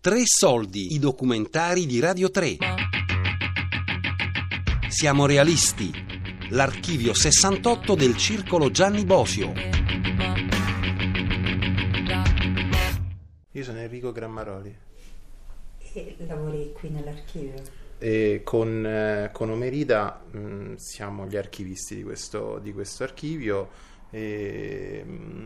Tre soldi, i documentari di Radio 3. Siamo realisti. L'archivio 68 del Circolo Gianni Bosio. Io sono Enrico Grammaroli. E lavori qui nell'archivio? E con Omerida siamo gli archivisti di questo archivio. Che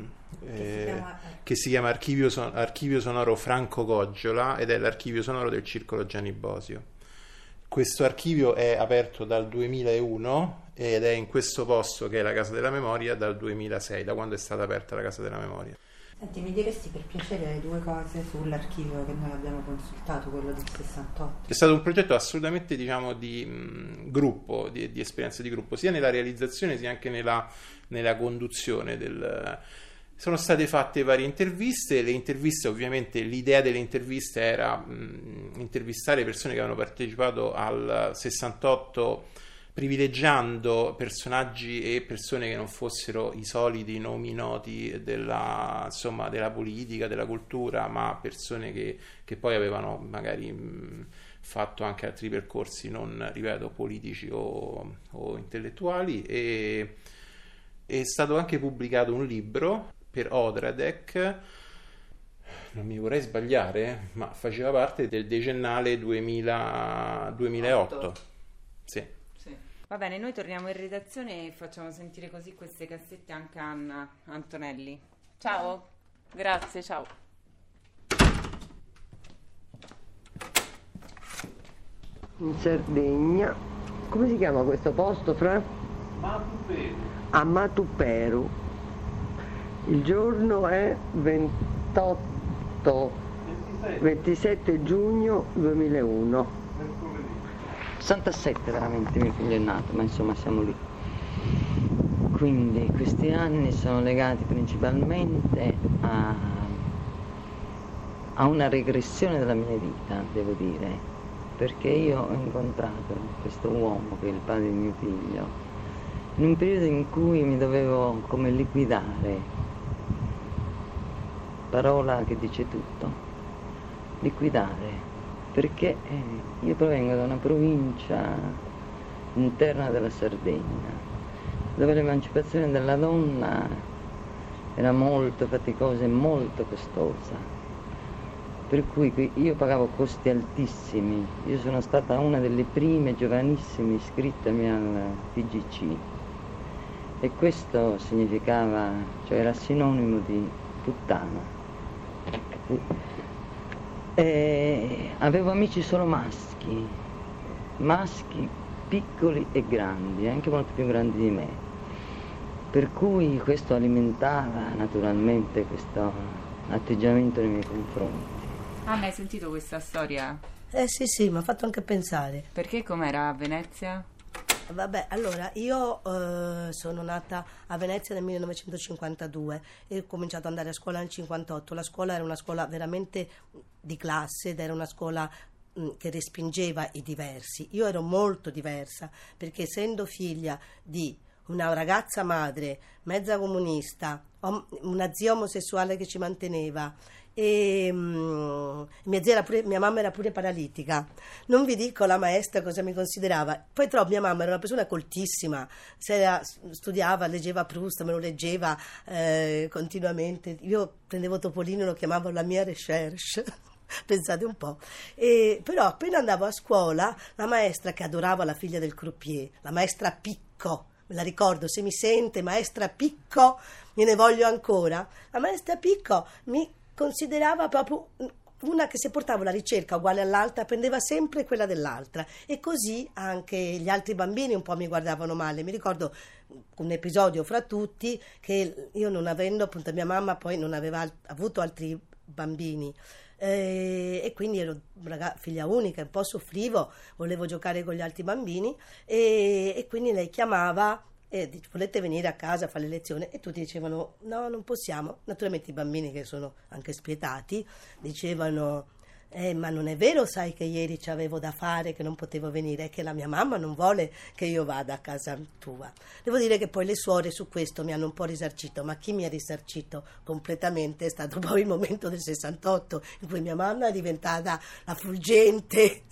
si chiama Archivio Sonoro Franco Goggiola ed è l'archivio sonoro del Circolo Gianni Bosio. Questo archivio è aperto dal 2001 ed è in questo posto che è la Casa della Memoria dal 2006, da quando è stata aperta la Casa della Memoria. Senti, mi diresti per piacere due cose sull'archivio che noi abbiamo consultato, quello del 68? È stato un progetto assolutamente, di gruppo, di esperienza di gruppo, sia nella realizzazione sia anche nella conduzione Sono state fatte varie interviste. Le interviste, ovviamente, l'idea delle interviste era intervistare persone che avevano partecipato al 68, privilegiando personaggi e persone che non fossero i soliti nomi noti della politica, della cultura, ma persone che poi avevano magari fatto anche altri percorsi, non, ripeto, politici o intellettuali. E è stato anche pubblicato un libro per Odradek, non mi vorrei sbagliare, ma faceva parte del decennale 2008. Sì. Va bene, noi torniamo in redazione e facciamo sentire così queste cassette anche a Anna Antonelli. Ciao, grazie, ciao. In Sardegna, come si chiama questo posto, Fra? Matuperu. A Matuperu. Il giorno è 27 giugno 2001. 67 veramente mio figlio è nato, ma insomma siamo lì. Quindi questi anni sono legati principalmente a una regressione della mia vita, devo dire, perché io ho incontrato questo uomo che è il padre di mio figlio in un periodo in cui mi dovevo come liquidare, parola che dice tutto, liquidare, perché io provengo da una provincia interna della Sardegna, dove l'emancipazione della donna era molto faticosa e molto costosa, per cui io pagavo costi altissimi. Io sono stata una delle prime giovanissime iscrittami al TGC e questo significava, cioè era sinonimo di puttana. Avevo amici solo maschi piccoli e grandi, anche molto più grandi di me, per cui questo alimentava naturalmente questo atteggiamento nei miei confronti. Anna, hai sentito questa storia? Sì, mi ha fatto anche pensare. Perché com'era a Venezia? Vabbè, allora, io sono nata a Venezia nel 1952 e ho cominciato ad andare a scuola nel 58. La scuola era una scuola veramente di classe ed era una scuola che respingeva i diversi. Io ero molto diversa perché, essendo figlia di una ragazza madre, mezza comunista, una zia omosessuale che ci manteneva e mia mamma era pure paralitica, non vi dico la maestra cosa mi considerava. Poi però mia mamma era una persona coltissima, studiava, leggeva Proust, me lo leggeva continuamente. Io prendevo Topolino e lo chiamavo la mia recherche. Pensate un po'. Però appena andavo a scuola, la maestra, che adorava la figlia del croupier, la maestra Picco, me la ricordo, se mi sente, maestra Picco, ne voglio ancora. La maestra Picco mi considerava proprio una che, se portava la ricerca uguale all'altra, prendeva sempre quella dell'altra, e così anche gli altri bambini un po' mi guardavano male. Mi ricordo un episodio fra tutti, che io, non avendo, appunto, mia mamma poi non aveva avuto altri bambini, e quindi ero figlia unica, un po' soffrivo, volevo giocare con gli altri bambini, e quindi lei chiamava e dice: volete venire a casa a fare le lezioni? E tutti dicevano: no, non possiamo. Naturalmente i bambini, che sono anche spietati, dicevano: Ma non è vero, sai che ieri c'avevo da fare, che non potevo venire, è che la mia mamma non vuole che io vada a casa tua. Devo dire che poi le suore su questo mi hanno un po' risarcito, ma chi mi ha risarcito completamente è stato poi il momento del 68, in cui mia mamma è diventata la fulgente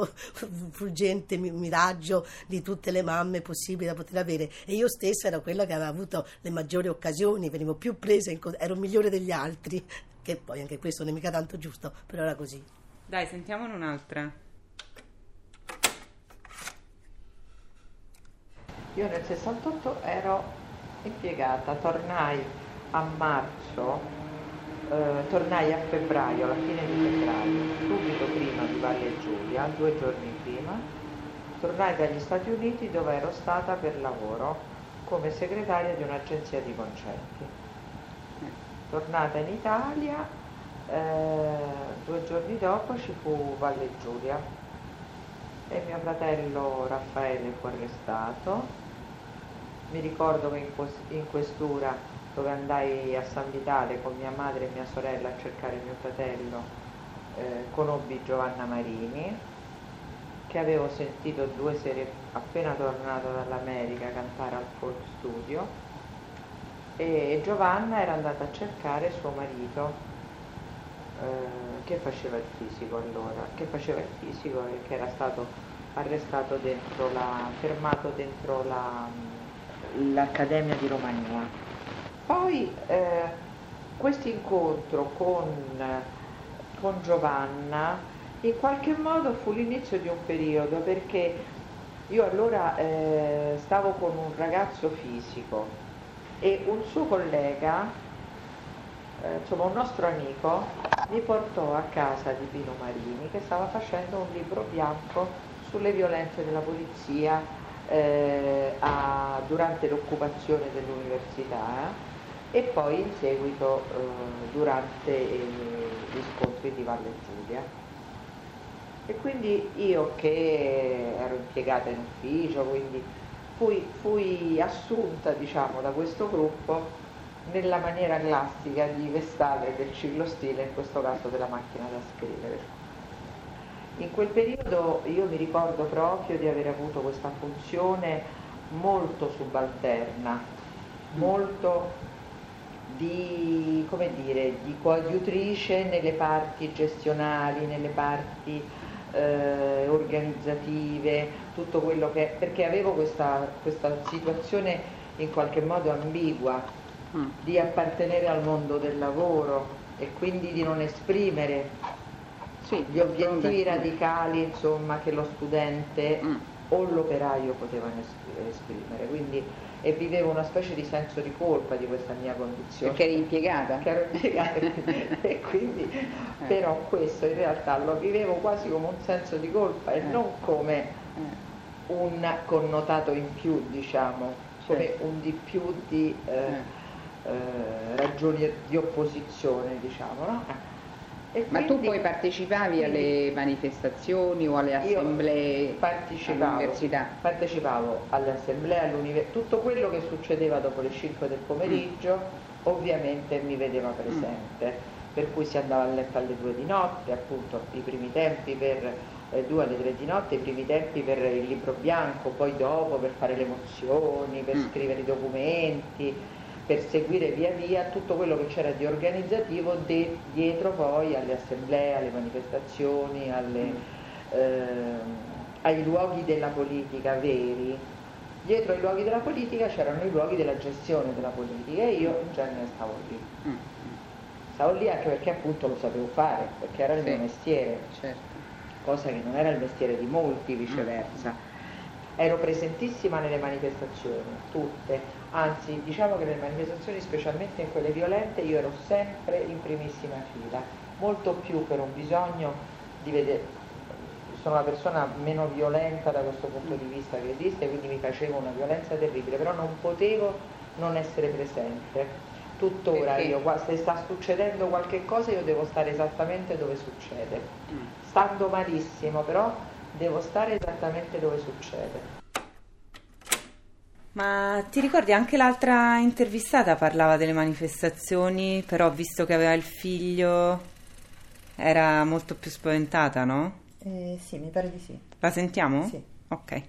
miraggio di tutte le mamme possibili da poter avere, e io stessa ero quella che aveva avuto le maggiori occasioni, venivo più presa ero migliore degli altri. Che poi anche questo non è mica tanto giusto, però era così. Dai, sentiamone un'altra. Io nel 68 ero impiegata, tornai a marzo, tornai a febbraio, alla fine di febbraio, subito prima di Valle Giulia, 2 giorni prima, tornai dagli Stati Uniti dove ero stata per lavoro come segretaria di un'agenzia di concerti. Tornata in Italia, 2 giorni dopo ci fu Valle Giulia e mio fratello Raffaele fu arrestato. Mi ricordo che in questura, dove andai a San Vitale con mia madre e mia sorella a cercare mio fratello, conobbi Giovanna Marini, che avevo sentito 2 sere appena tornato dall'America cantare al Folk Studio. E Giovanna era andata a cercare suo marito, che faceva il fisico allora, e che era stato arrestato fermato dentro l'Accademia di Romania. Poi questo incontro con Giovanna in qualche modo fu l'inizio di un periodo, perché io allora stavo con un ragazzo fisico e un suo collega, insomma un nostro amico, mi portò a casa di Pino Marini, che stava facendo un libro bianco sulle violenze della polizia durante l'occupazione dell'università e poi in seguito durante gli scontri di Valle Giulia. E quindi io, che ero impiegata in ufficio, quindi fui assunta, diciamo, da questo gruppo nella maniera classica di Vestale del ciclostile, in questo caso della macchina da scrivere. In quel periodo io mi ricordo proprio di aver avuto questa funzione molto subalterna, molto di coadiutrice nelle parti gestionali, nelle parti organizzative, tutto quello che, perché avevo questa situazione in qualche modo ambigua di appartenere al mondo del lavoro e quindi di non esprimere gli obiettivi radicali, insomma, che lo studente o l'operaio potevano esprimere, quindi, e vivevo una specie di senso di colpa di questa mia condizione. Perché eri impiegata? Che ero impiegata e quindi però questo in realtà lo vivevo quasi come un senso di colpa e non come un connotato in più, diciamo, come un di più di ragioni di opposizione, diciamo, no? Ma tu poi partecipavi alle manifestazioni o alle assemblee all'università? Partecipavo alle assemblee, all'università, tutto quello che succedeva dopo le 5 del pomeriggio ovviamente mi vedeva presente, per cui si andava a letto alle 2 di notte, appunto i primi tempi per 2 alle 3 di notte, i primi tempi per il libro bianco, poi dopo per fare le mozioni, per scrivere i documenti, per seguire via via tutto quello che c'era di organizzativo dietro poi alle assemblee, alle manifestazioni, ai luoghi della politica veri. Dietro ai luoghi della politica c'erano i luoghi della gestione della politica e io in genere stavo lì. Stavo lì anche perché appunto lo sapevo fare, perché era il mio mestiere, cosa che non era il mestiere di molti, viceversa. Ero presentissima nelle manifestazioni, tutte, anzi diciamo che nelle manifestazioni, specialmente in quelle violente, io ero sempre in primissima fila, molto più per un bisogno di vedere, sono la persona meno violenta da questo punto di vista che esiste, quindi mi facevo una violenza terribile, però non potevo non essere presente. Tuttora io, se sta succedendo qualche cosa, io devo stare esattamente dove succede, stando malissimo, però devo stare esattamente dove succede. Ma ti ricordi anche l'altra intervistata parlava delle manifestazioni, però visto che aveva il figlio era molto più spaventata, no? Sì, mi pare di sì. La sentiamo? Sì. Ok.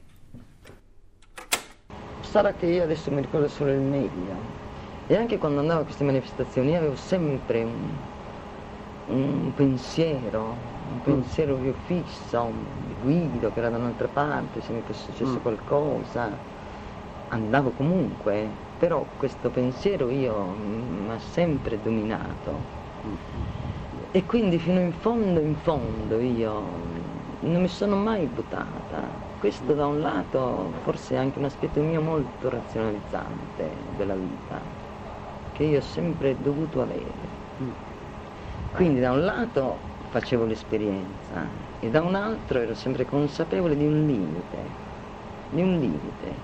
Sarà che io adesso mi ricordo solo il meglio. E anche quando andavo a queste manifestazioni avevo sempre un pensiero più fisso, di Guido che era da un'altra parte, se mi fosse successo qualcosa, andavo comunque, però questo pensiero mi ha sempre dominato. E quindi fino in fondo io non mi sono mai buttata. Questo da un lato forse è anche un aspetto mio molto razionalizzante della vita, che io ho sempre dovuto avere. Quindi da un lato facevo l'esperienza e da un altro ero sempre consapevole di un limite.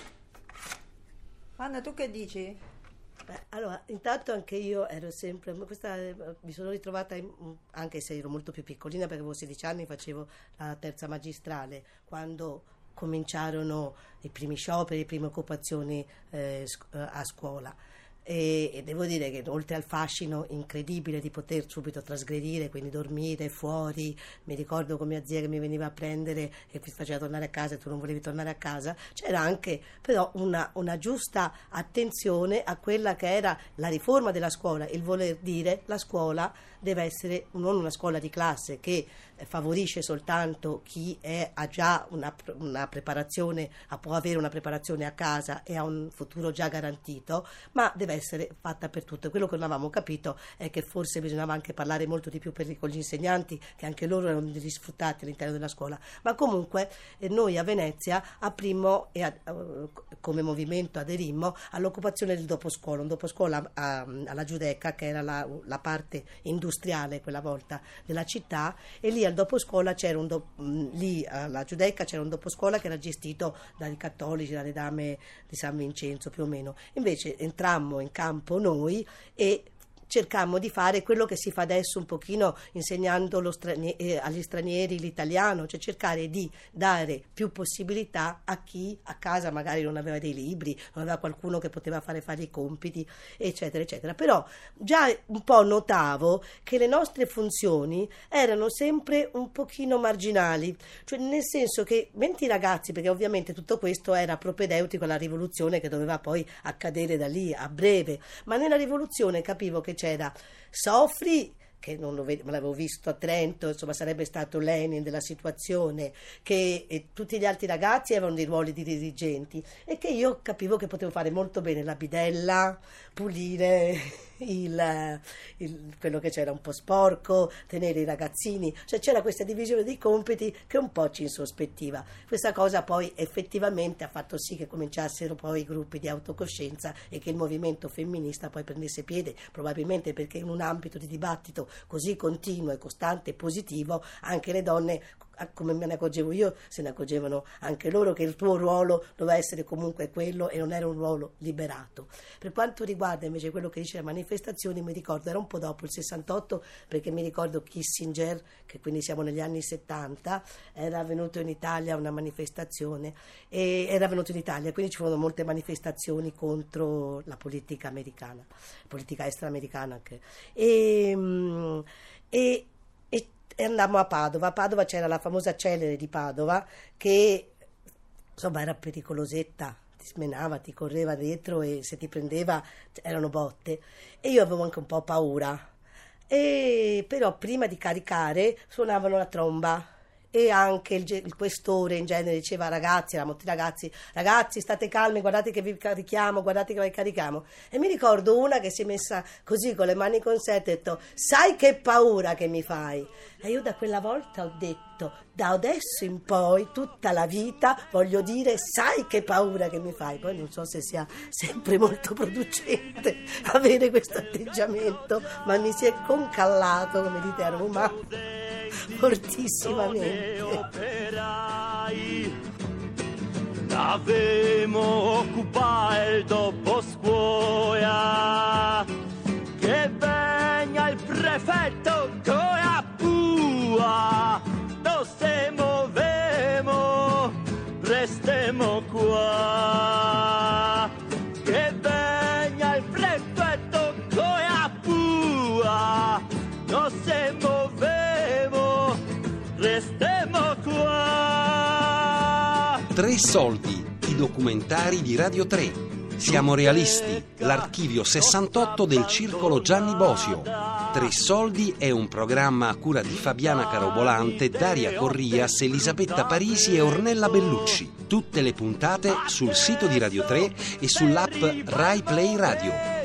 Anna, tu che dici? Allora, intanto anche io ero sempre, mi sono ritrovata, anche se ero molto più piccolina perché avevo 16 anni, facevo la terza magistrale, quando cominciarono i primi scioperi, le prime occupazioni a scuola. E devo dire che oltre al fascino incredibile di poter subito trasgredire, quindi dormire fuori, mi ricordo con mia zia che mi veniva a prendere e mi faceva tornare a casa e tu non volevi tornare a casa, c'era anche però una giusta attenzione a quella che era la riforma della scuola, il voler dire la scuola deve essere non una scuola di classe che favorisce soltanto chi ha già una preparazione, può avere una preparazione a casa e ha un futuro già garantito, ma deve essere fatta per tutte. Quello che non avevamo capito è che forse bisognava anche parlare molto di più con gli insegnanti, che anche loro erano degli sfruttati all'interno della scuola. Ma comunque noi a Venezia aprimmo come movimento aderimmo all'occupazione del doposcuola, un doposcuola alla Giudecca, che era la parte industriale quella volta della città, e lì al doposcuola c'era lì alla Giudecca c'era un doposcuola che era gestito dai cattolici, dalle dame di San Vincenzo più o meno. Invece entrammo in campo noi e cercammo di fare quello che si fa adesso un pochino insegnando agli stranieri l'italiano, cioè cercare di dare più possibilità a chi a casa magari non aveva dei libri, non aveva qualcuno che poteva fare i compiti, eccetera eccetera. Però già un po' notavo che le nostre funzioni erano sempre un pochino marginali, cioè nel senso che mentre i ragazzi, perché ovviamente tutto questo era propedeutico alla rivoluzione che doveva poi accadere da lì a breve, ma nella rivoluzione capivo che c'era Sofri, che non l'avevo visto a Trento, insomma sarebbe stato Lenin della situazione, che tutti gli altri ragazzi avevano dei ruoli di dirigenti e che io capivo che potevo fare molto bene la bidella, pulire quello che c'era un po' sporco, tenere i ragazzini, cioè c'era questa divisione dei compiti che un po' ci insospettiva. Questa cosa poi effettivamente ha fatto sì che cominciassero poi i gruppi di autocoscienza e che il movimento femminista poi prendesse piede, probabilmente perché in un ambito di dibattito così continuo e costante e positivo anche le donne, come me ne accorgevo io, se ne accorgevano anche loro che il tuo ruolo doveva essere comunque quello e non era un ruolo liberato. Per quanto riguarda invece quello che dice le manifestazioni, mi ricordo, era un po' dopo il 68, perché mi ricordo Kissinger, che quindi siamo negli anni 70, era venuto in Italia a una manifestazione, e era venuto in Italia, quindi ci furono molte manifestazioni contro la politica americana, politica extraamericana anche. E andammo a Padova. A Padova c'era la famosa Celere di Padova che insomma era pericolosetta, ti smenava, ti correva dietro e se ti prendeva erano botte e io avevo anche un po' paura, però prima di caricare suonavano la tromba e anche il questore in genere diceva ragazzi, eravamo tutti ragazzi state calmi, guardate che vi carichiamo, guardate che vi carichiamo. E mi ricordo una che si è messa così con le mani con sé e ha detto sai che paura che mi fai, e io da quella volta ho detto da adesso in poi tutta la vita voglio dire sai che paura che mi fai. Poi non so se sia sempre molto producente avere questo atteggiamento, ma mi si è concallato, come dite a Roma, fortissimamente. Dovemo occupare il dopo scuola, che venga il prefetto con la pua, non se muovemo, restiamo qua, che venga il prefetto con la pua, non se muovemo. soldi, i documentari di Radio 3. Siamo realisti, l'archivio 68 del Circolo Gianni Bosio. 3 soldi è un programma a cura di Fabiana Carobolante, Daria Corrias, Elisabetta Parisi e Ornella Bellucci. Tutte le puntate sul sito di Radio 3 e sull'app Rai Play Radio.